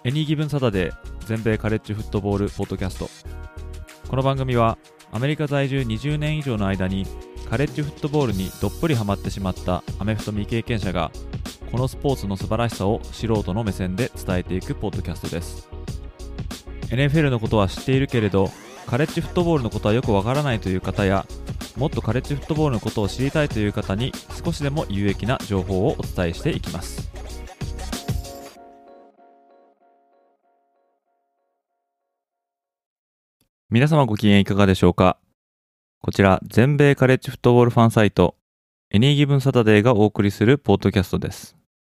エニーギブンサタデー全米カレッジフットボールポッドキャスト。この番組はアメリカ在住20年以上の間にカレッジフットボールにどっぷりハマってしまったアメフト未経験者がこのスポーツの素晴らしさを素人の目線で伝えていくポッドキャストです。 NFL のことは知っているけれどカレッジフットボールのことはよくわからないという方や、もっとカレッジフットボールのことを知りたいという方に少しでも有益な情報をお伝えしていきます。皆様ご機嫌いかがでしょうか。こちら全米カレッジフットボールファンサイトエニーギブンサタデーがお送りするポッドキャストです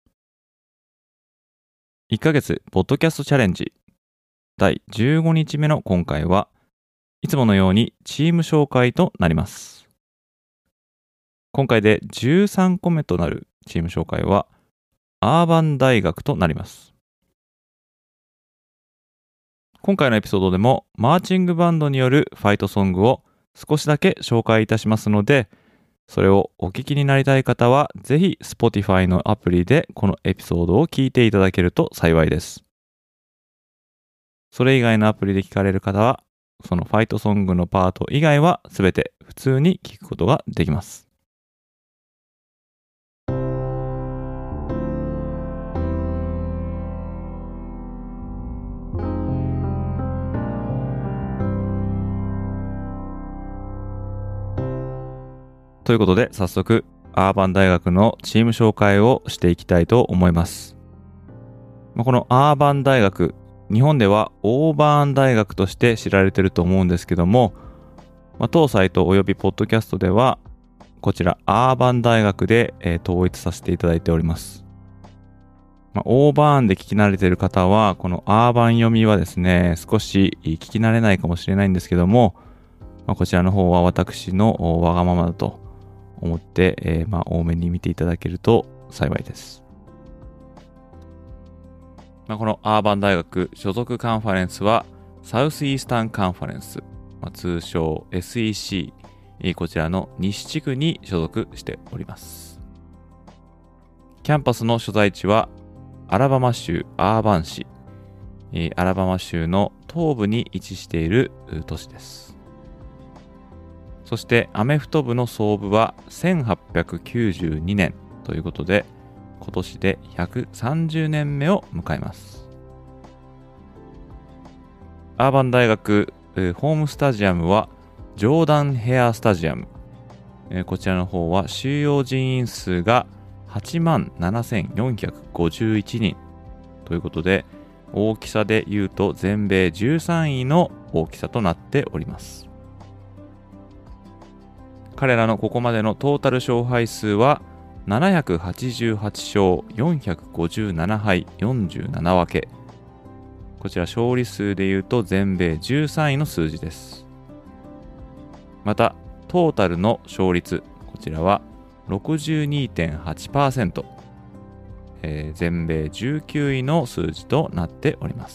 。1ヶ月ポッドキャストチャレンジ第15日目の今回はいつものようにチーム紹介となります。今回で13個目となるチーム紹介はアーバン大学となります。今回のエピソードでもマーチングバンドによるファイトソングを少しだけ紹介いたしますので、それをお聞きになりたい方はぜひ Spotify のアプリでこのエピソードを聞いていただけると幸いです。それ以外のアプリで聞かれる方はそのファイトソングのパート以外はすべて普通に聞くことができます。ということで早速アーバン大学のチーム紹介をしていきたいと思います。このアーバン大学、日本ではオーバーン大学として知られていると思うんですけども、当サイトおよびポッドキャストではこちらアーバン大学で、統一させていただいております。オーバーンで聞き慣れている方はこのアーバン読みはですね少し聞き慣れないかもしれないんですけども、こちらの方は私のわがままだと思って、多めに見ていただけると幸いです。このアーバン大学所属カンファレンスはサウスイースタンカンファレンス、通称 SEC、こちらの西地区に所属しております。キャンパスの所在地はアラバマ州アーバン市、アラバマ州の東部に位置している都市です。そしてアメフト部の創部は1892年ということで、今年で130年目を迎えます。アーバン大学ホームスタジアムはジョーダンヘアスタジアム、こちらの方は収容人員数が87,451人ということで、大きさでいうと全米13位の大きさとなっております。彼らのここまでのトータル勝敗数は788勝457敗47分け。こちら勝利数でいうと全米13位の数字です。またトータルの勝率、こちらは 62.8%、全米19位の数字となっております。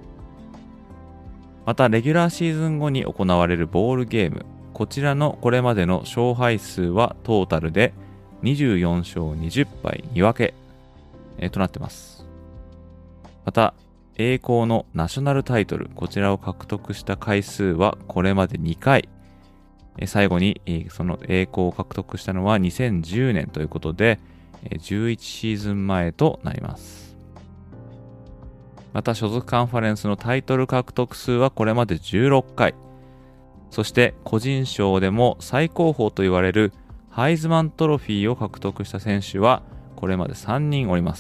またレギュラーシーズン後に行われるボールゲーム、こちらのこれまでの勝敗数はトータルで24勝20敗2分け、となっています。また栄光のナショナルタイトル、こちらを獲得した回数はこれまで2回、最後にその栄光を獲得したのは2010年ということで11シーズン前となります。また所属カンファレンスのタイトル獲得数はこれまで16回、そして個人賞でも最高峰と言われるハイズマントロフィーを獲得した選手はこれまで3人おります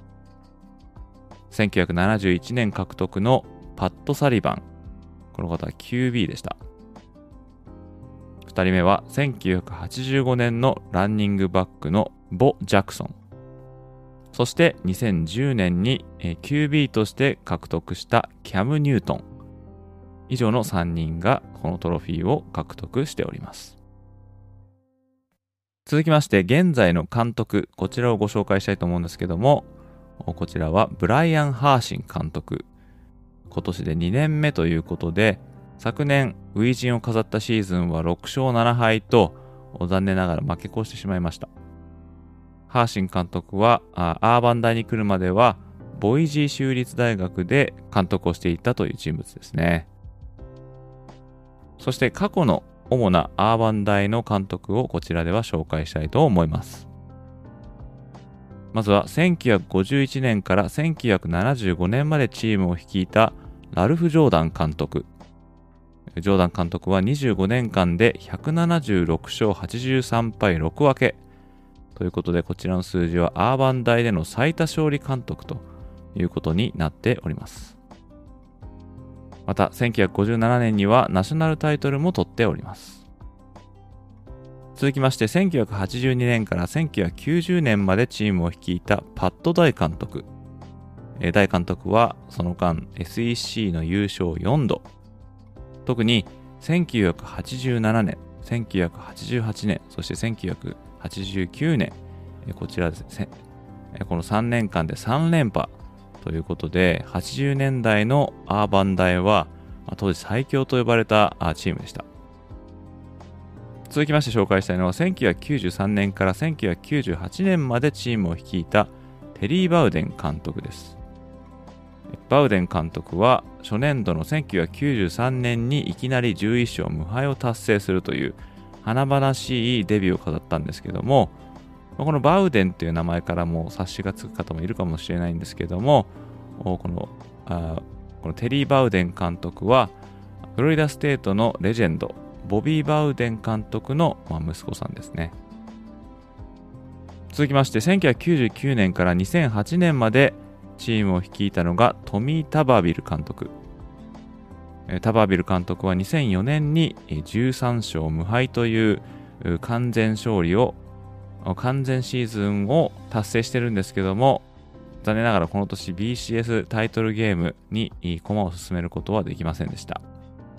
。1971年獲得のパット・サリバン、この方は QB でした。2人目は1985年のランニングバックのボ・ジャクソン、そして2010年に QB として獲得したキャム・ニュートン、以上の3人がこのトロフィーを獲得しております。続きまして現在の監督、こちらをご紹介したいと思うんですけども、こちらはブライアン・ハーシン監督、今年で2年目ということで、昨年初陣を飾ったシーズンは6勝7敗と残念ながら負け越してしまいました。ハーシン監督はアーバン大に来るまではボイジー州立大学で監督をしていたという人物ですね。そして過去の主なアーバン大の監督をこちらでは紹介したいと思います。まずは1951年から1975年までチームを率いたラルフ・ジョーダン監督。ジョーダン監督は25年間で176勝83敗6分けということで、こちらの数字はアーバン大での最多勝利監督ということになっております。また1957年にはナショナルタイトルも取っております。続きまして1982年から1990年までチームを率いたパット・ダイ監督。ダイ監督はその間 SEC の優勝4度、特に1987年、1988年、そして1989年、こちらですね、この3年間で3連覇ということで、80年代のアーバン大は当時最強と呼ばれたチームでした。続きまして紹介したいのは1993年から1998年までチームを率いたテリー・バウデン監督です。バウデン監督は初年度の1993年にいきなり11勝無敗を達成するという華々しいデビューを飾ったんですけども、このバウデンという名前からも察しがつく方もいるかもしれないんですけども、このテリー・バウデン監督はフロリダステートのレジェンドボビー・バウデン監督の息子さんですね。続きまして1999年から2008年までチームを率いたのがトミー・タバービル監督。タバービル監督は2004年に13勝無敗という完全シーズンを達成してるんですけども、残念ながらこの年 BCS タイトルゲームに駒を進めることはできませんでした。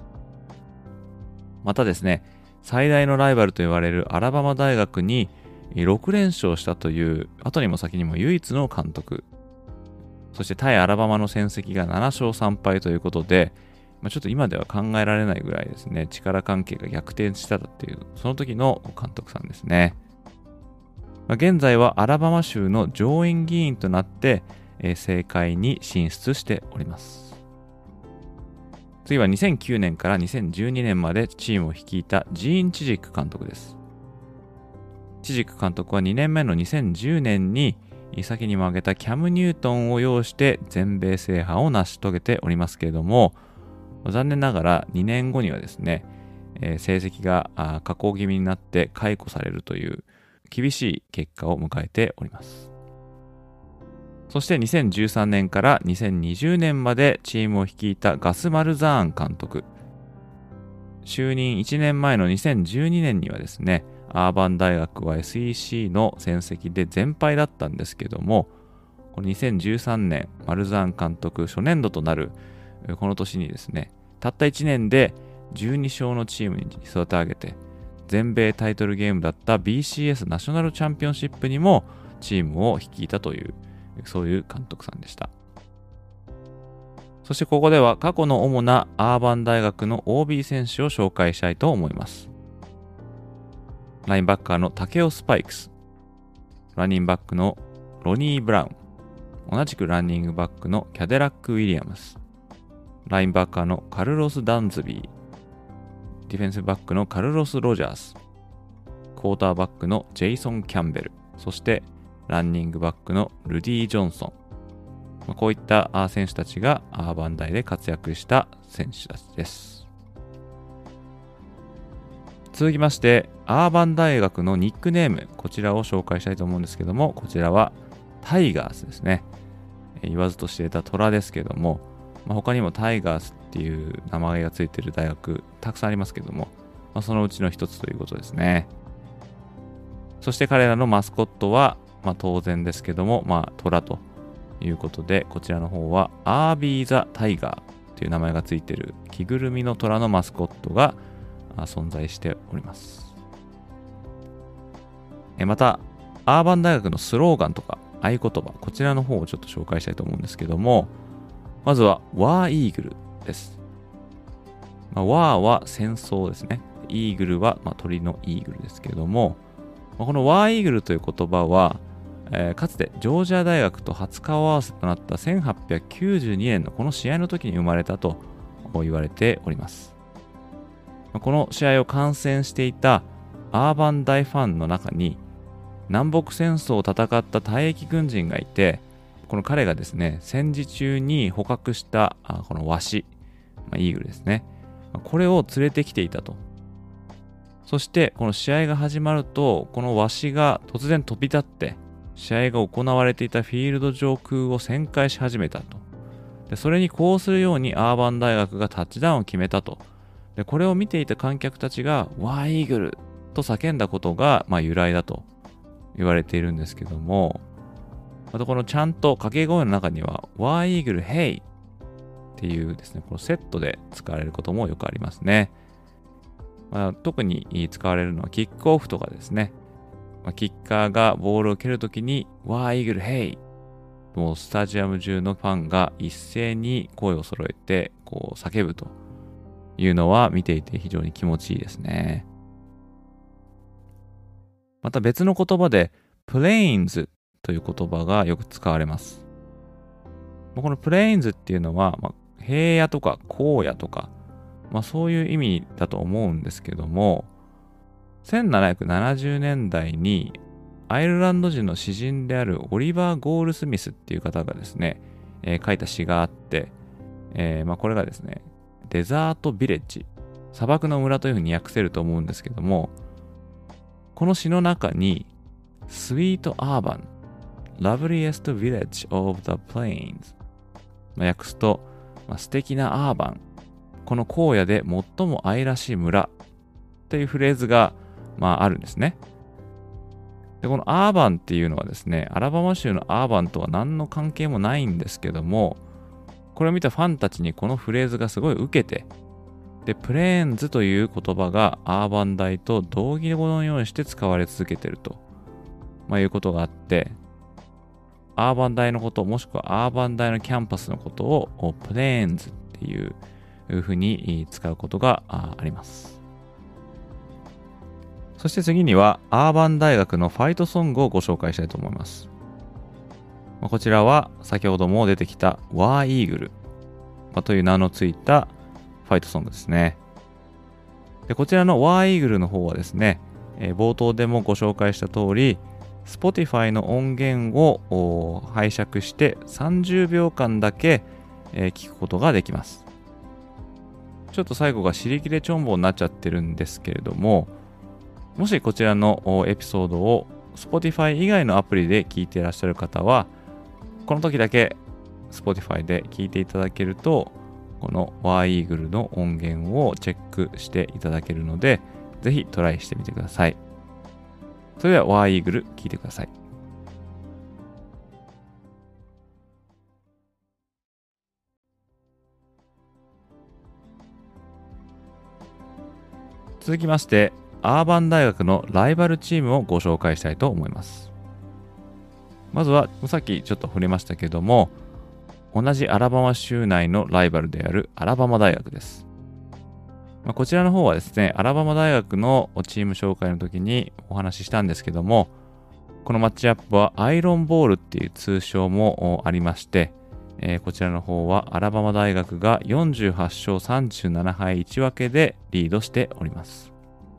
またですね、最大のライバルと言われるアラバマ大学に6連勝したという後にも先にも唯一の監督。そして対アラバマの戦績が7勝3敗ということで、ちょっと今では考えられないぐらいですね、力関係が逆転したっていう、その時の監督さんですね。現在はアラバマ州の上院議員となって政界に進出しております。次は2009年から2012年までチームを率いたジーン・チジック監督です。チジック監督は2年目の2010年に先にも挙げたキャム・ニュートンを擁して全米制覇を成し遂げておりますけれども、残念ながら2年後にはですね、成績が下降気味になって解雇されるという厳しい結果を迎えております。そして2013年から2020年までチームを率いたガス・マルザーン監督。就任1年前の2012年にはですね、アーバン大学は SEC の戦績で全敗だったんですけども、この2013年、マルザーン監督初年度となるこの年にですね、たった1年で12勝のチームに育て上げて、全米タイトルゲームだった BCS ナショナルチャンピオンシップにもチームを率いたという、そういう監督さんでした。そしてここでは過去の主なアーバン大学の OB 選手を紹介したいと思います。ラインバッカーのタケオ・スパイクス、ランニングバックのロニー・ブラウン、同じくランニングバックのキャデラック・ウィリアムス、ラインバッカーのカルロス・ダンズビー、ディフェンスバックのカルロス・ロジャース、クォーターバックのジェイソン・キャンベル、そしてランニングバックのルディ・ジョンソン、こういった選手たちがアーバン大で活躍した選手たちです。続きましてアーバン大学のニックネーム、こちらを紹介したいと思うんですけども、こちらはタイガースですね。言わずと知れた虎ですけども、他にもタイガースっていう名前がついている大学たくさんありますけども、そのうちの一つということですね。そして彼らのマスコットは、当然ですけども、虎ということで、こちらの方はアービー・ザ・タイガーという名前がついている着ぐるみの虎のマスコットが存在しております。またアーバン大学のスローガンとか合言葉、こちらの方をちょっと紹介したいと思うんですけども、まずはワーイーグルです。ワーは戦争ですね。イーグルは鳥のイーグルですけども、このワーイーグルという言葉はかつてジョージア大学と初顔合わせとなった1892年のこの試合の時に生まれたと言われております。この試合を観戦していたアーバン大ファンの中に南北戦争を戦った退役軍人がいて、この彼がですね、戦時中に捕獲したこのワシ、イーグルですね、これを連れてきていたと。そしてこの試合が始まると、このワシが突然飛び立って試合が行われていたフィールド上空を旋回し始めたと。でそれに呼応するようにアーバン大学がタッチダウンを決めたと。でこれを見ていた観客たちがワーイーグルと叫んだことが、由来だと言われているんですけども、またこのちゃんと掛け声の中にはワーイーグルヘイっていうですね、このセットで使われることもよくありますね。特に使われるのはキックオフとかですね。キッカーがボールを蹴るときにワーイーグルヘイ、もうスタジアム中のファンが一斉に声を揃えてこう叫ぶというのは見ていて非常に気持ちいいですね。また別の言葉でプレインズという言葉がよく使われます。このプレインズっていうのは、平野とか荒野とか、そういう意味だと思うんですけども、1770年代にアイルランド人の詩人であるオリバー・ゴールスミスっていう方がですね、書いた詩があって、これがですね、デザート・ビレッジ、砂漠の村というふうに訳せると思うんですけども、この詩の中に Sweet Urban Loveliest Village of the Plains、訳すと、素敵なアーバン、この荒野で最も愛らしい村というフレーズが、あるんですね。でこのアーバンっていうのはですね、アラバマ州のアーバンとは何の関係もないんですけども、これを見たファンたちにこのフレーズがすごい受けて、でプレーンズという言葉がアーバン大と同義語のようにして使われ続けていると、いうことがあって、アーバン大のこと、もしくはアーバン大のキャンパスのことをプレーンズっていうふうに使うことがあります。そして次にはアーバン大学のファイトソングをご紹介したいと思います。こちらは先ほども出てきたワーイーグルという名のついたファイトソングですね。でこちらのワーイーグルの方はですね、冒頭でもご紹介した通り、Spotify の音源を拝借して30秒間だけ聞くことができます。ちょっと最後が尻切れちょんぼになっちゃってるんですけれども、もしこちらのエピソードを Spotify 以外のアプリで聞いていらっしゃる方は、この時だけ Spotify で聞いていただけると、このワーイーグルの音源をチェックしていただけるので、ぜひトライしてみてください。それではワーイーグル聞いてください。続きまして、アーバン大学のライバルチームをご紹介したいと思います。まずはさっきちょっと触れましたけども、同じアラバマ州内のライバルであるアラバマ大学です。こちらの方はですね、アラバマ大学のチーム紹介の時にお話ししたんですけども、このマッチアップはアイロンボールっていう通称もありまして、こちらの方はアラバマ大学が48勝37敗1分けでリードしております。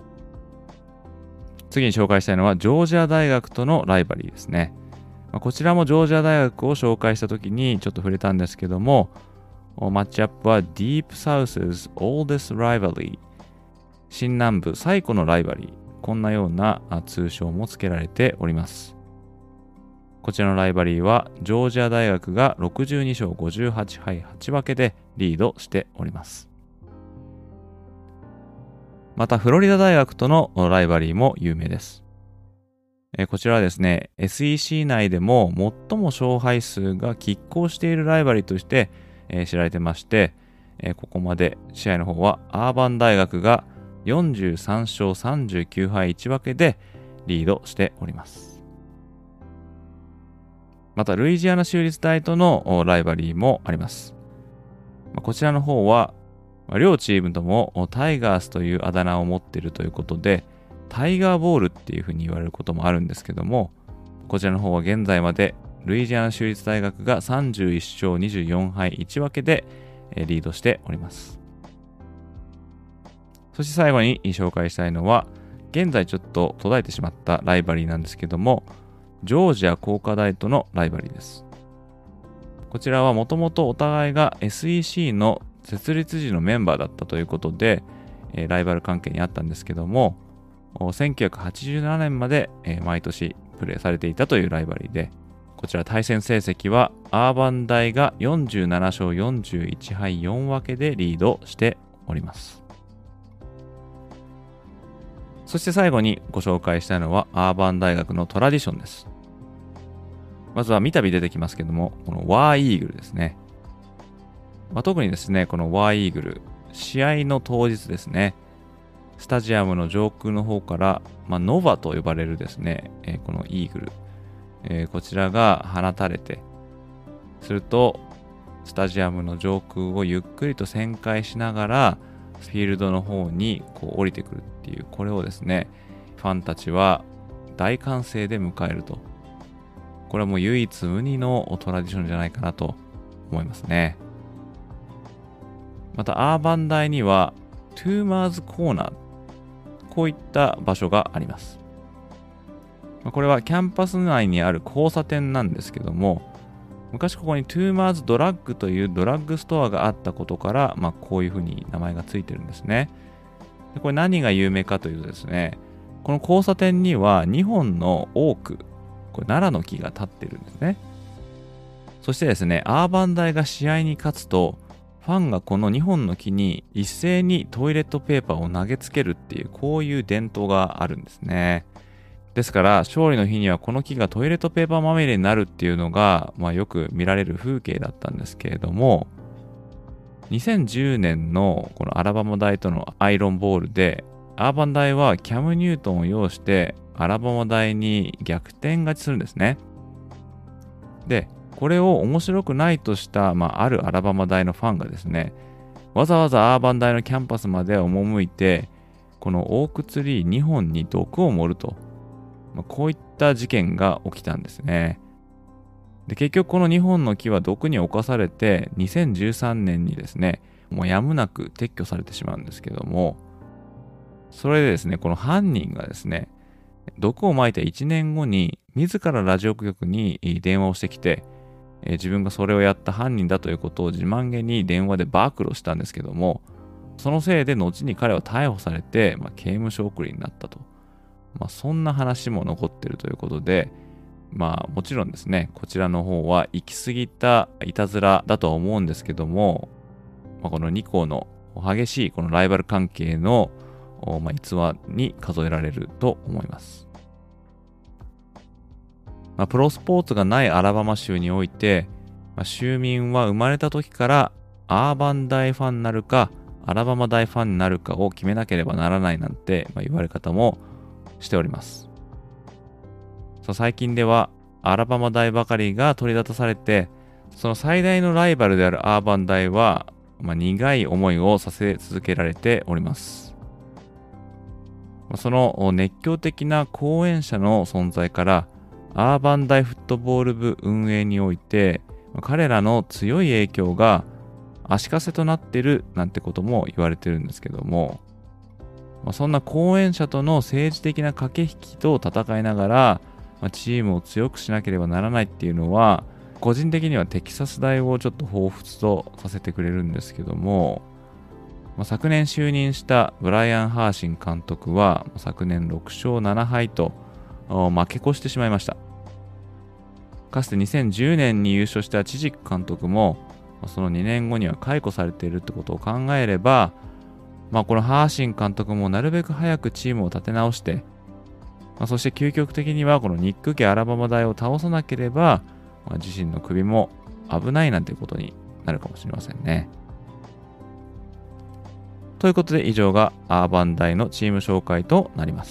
次に紹介したいのはジョージア大学とのライバリーですね。こちらもジョージア大学を紹介したときにちょっと触れたんですけども、マッチアップは Deep South's Oldest Rivalry、 新南部最古のライバリー、こんなような通称も付けられております。こちらのライバリーはジョージア大学が62勝58敗8分けでリードしております。またフロリダ大学とのライバリーも有名です。こちらはですね、SEC 内でも最も勝敗数が拮抗しているライバリーとして、知られてまして、ここまで試合の方はアーバン大学が43勝39敗1分けでリードしております。またルイジアナ州立大とのライバリーもあります。こちらの方は両チームともタイガースというあだ名を持っているということで、タイガーボールっていうふうに言われることもあるんですけども、 こちらの方は現在までルイジアナ州立大学が31勝24敗1分けでリードしております。そして最後に紹介したいのは、現在ちょっと途絶えてしまったライバリーなんですけども、ジョージア工科大とのライバリーです。こちらはもともとお互いが SEC の設立時のメンバーだったということで、ライバル関係にあったんですけども、1987年まで毎年プレーされていたというライバリーで、こちら対戦成績はアーバン大が47勝41敗4分けでリードしております。そして最後にご紹介したいのはアーバン大学のトラディションです。まずは三度出てきますけども、このワーイーグルですね。特にですね、このワーイーグル、試合の当日ですね、スタジアムの上空の方から、ノバと呼ばれるですね、このイーグル、こちらが放たれて、すると、スタジアムの上空をゆっくりと旋回しながら、フィールドの方に降りてくるっていう、これをですね、ファンたちは大歓声で迎えると。これはもう唯一無二のトラディションじゃないかなと思いますね。またアーバン大にはトゥーマーズコーナー、こういった場所があります。これはキャンパス内にある交差点なんですけども、昔ここにトゥーマーズドラッグというドラッグストアがあったことから、こういうふうに名前がついてるんですね。でこれ何が有名かというとですね、この交差点には2本のオーク、これ奈良の木が立ってるんですね。そしてですね、アーバン大が試合に勝つと、ファンがこの2本の木に一斉にトイレットペーパーを投げつけるっていう、こういう伝統があるんですね。ですから、勝利の日にはこの木がトイレットペーパーまみれになるっていうのが、よく見られる風景だったんですけれども、2010年のこのアラバマ大とのアイロンボールで、アーバン大はキャム・ニュートンを擁してアラバマ大に逆転勝ちするんですね。で、これを面白くないとした、あるアラバマ大のファンがですね、わざわざアーバン大のキャンパスまで赴いて、このオークツリー2本に毒を盛ると、こういった事件が起きたんですね。で、結局この2本の木は毒に侵されて、2013年にですね、もうやむなく撤去されてしまうんですけども、それでですね、この犯人がですね、毒を撒いた1年後に自らラジオ局に電話をしてきて、自分がそれをやった犯人だということを自慢げに電話で暴露したんですけども、そのせいで後に彼は逮捕されて、刑務所送りになったと。そんな話も残っているということで、もちろんですね、こちらの方は行き過ぎたいたずらだとは思うんですけども、この2校の激しいこのライバル関係の逸話に数えられると思います。プロスポーツがないアラバマ州において、州民は生まれた時からアーバン大ファンになるか、アラバマ大ファンになるかを決めなければならないなんて言われ方もしております。最近ではアラバマ大ばかりが取り沙汰されて、その最大のライバルであるアーバン大は、苦い思いをさせ続けられております。その熱狂的な後援者の存在から、アーバン大フットボール部運営において、彼らの強い影響が足かせとなっているなんてことも言われてるんですけども、そんな後援者との政治的な駆け引きと戦いながら、チームを強くしなければならないっていうのは、個人的にはテキサス大をちょっと彷彿とさせてくれるんですけども、昨年就任したブライアン・ハーシン監督は昨年6勝7敗と負け越してしまいました。かつて2010年に優勝したチジック監督もその2年後には解雇されているってことを考えれば、このハーシン監督もなるべく早くチームを立て直して、そして究極的にはこのニック家アラバマ大を倒さなければ、自身の首も危ないなんていうことになるかもしれませんね。ということで以上がアーバン大のチーム紹介となります。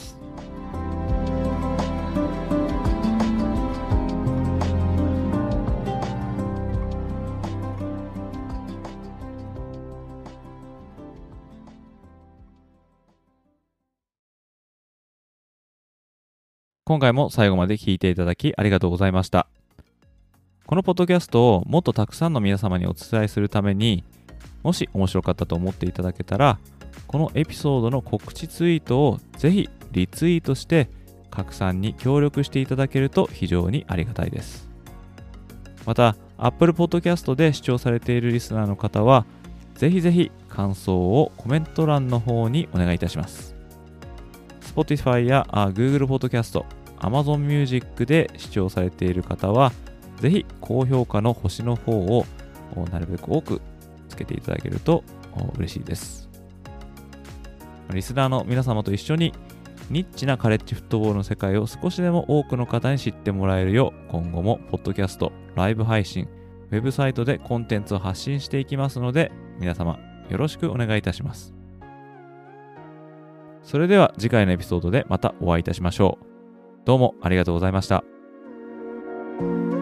今回も最後まで聞いていただきありがとうございました。このポッドキャストをもっとたくさんの皆様にお伝えするために、もし面白かったと思っていただけたら、このエピソードの告知ツイートをぜひリツイートして拡散に協力していただけると非常にありがたいです。また、Apple Podcast で視聴されているリスナーの方は、ぜひぜひ感想をコメント欄の方にお願いいたします。Spotify やGoogle Podcast、Amazon Music で視聴されている方は、ぜひ高評価の星の方をなるべく多くつけていただけると嬉しいです。リスナーの皆様と一緒にニッチなカレッジフットボールの世界を少しでも多くの方に知ってもらえるよう、今後もポッドキャスト、ライブ配信、ウェブサイトでコンテンツを発信していきますので、皆様よろしくお願いいたします。それでは次回のエピソードでまたお会いいたしましょう。どうもありがとうございました。